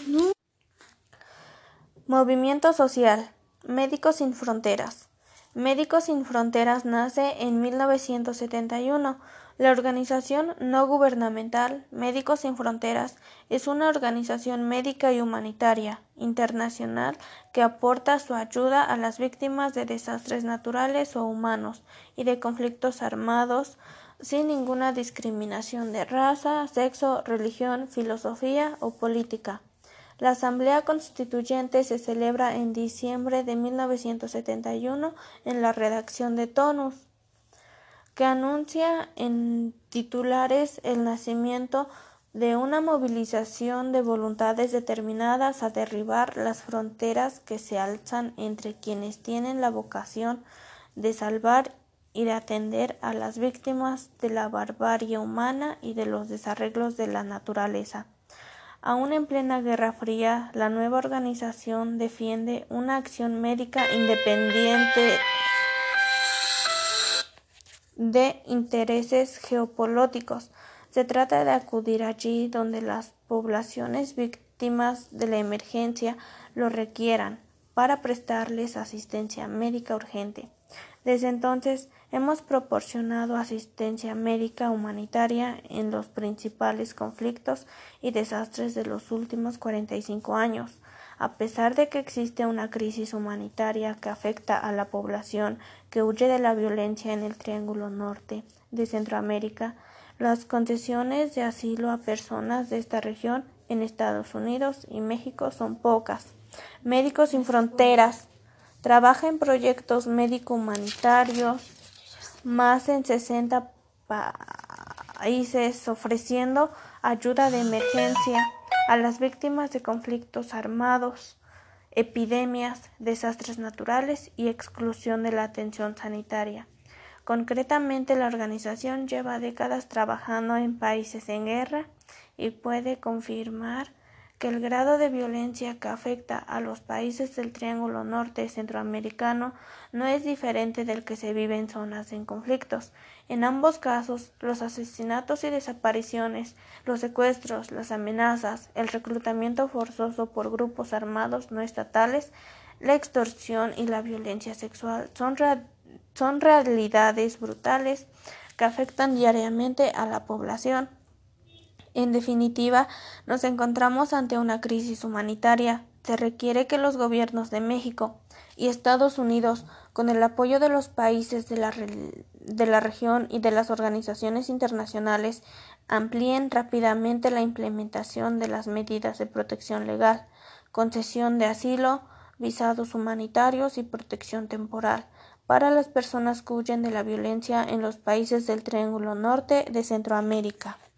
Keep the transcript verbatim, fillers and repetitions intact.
Movimiento social. Médicos Sin Fronteras. Médicos Sin Fronteras nace en mil novecientos setenta y uno. La organización no gubernamental Médicos Sin Fronteras es una organización médica y humanitaria internacional que aporta su ayuda a las víctimas de desastres naturales o humanos y de conflictos armados sin ninguna discriminación de raza, sexo, religión, filosofía o política. La Asamblea Constituyente se celebra en diciembre de mil novecientos setenta y uno en la redacción de Tonus, que anuncia en titulares el nacimiento de una movilización de voluntades determinadas a derribar las fronteras que se alzan entre quienes tienen la vocación de salvar y de atender a las víctimas de la barbarie humana y de los desarreglos de la naturaleza. Aún en plena Guerra Fría, la nueva organización defiende una acción médica independiente de intereses geopolíticos. Se trata de acudir allí donde las poblaciones víctimas de la emergencia lo requieran para prestarles asistencia médica urgente. Desde entonces, hemos proporcionado asistencia médica humanitaria en los principales conflictos y desastres de los últimos cuarenta y cinco años. A pesar de que existe una crisis humanitaria que afecta a la población que huye de la violencia en el Triángulo Norte de Centroamérica, las concesiones de asilo a personas de esta región en Estados Unidos y México son pocas. Médicos Sin Fronteras trabaja en proyectos médico-humanitarios más en sesenta países ofreciendo ayuda de emergencia a las víctimas de conflictos armados, epidemias, desastres naturales y exclusión de la atención sanitaria. Concretamente, la organización lleva décadas trabajando en países en guerra y puede confirmar que el grado de violencia que afecta a los países del Triángulo Norte centroamericano no es diferente del que se vive en zonas en conflictos. En ambos casos, los asesinatos y desapariciones, los secuestros, las amenazas, el reclutamiento forzoso por grupos armados no estatales, la extorsión y la violencia sexual son, re- son realidades brutales que afectan diariamente a la población. En definitiva, nos encontramos ante una crisis humanitaria. Se requiere que los gobiernos de México y Estados Unidos, con el apoyo de los países de la, de la región y de las organizaciones internacionales, amplíen rápidamente la implementación de las medidas de protección legal, concesión de asilo, visados humanitarios y protección temporal para las personas que huyen de la violencia en los países del Triángulo Norte de Centroamérica.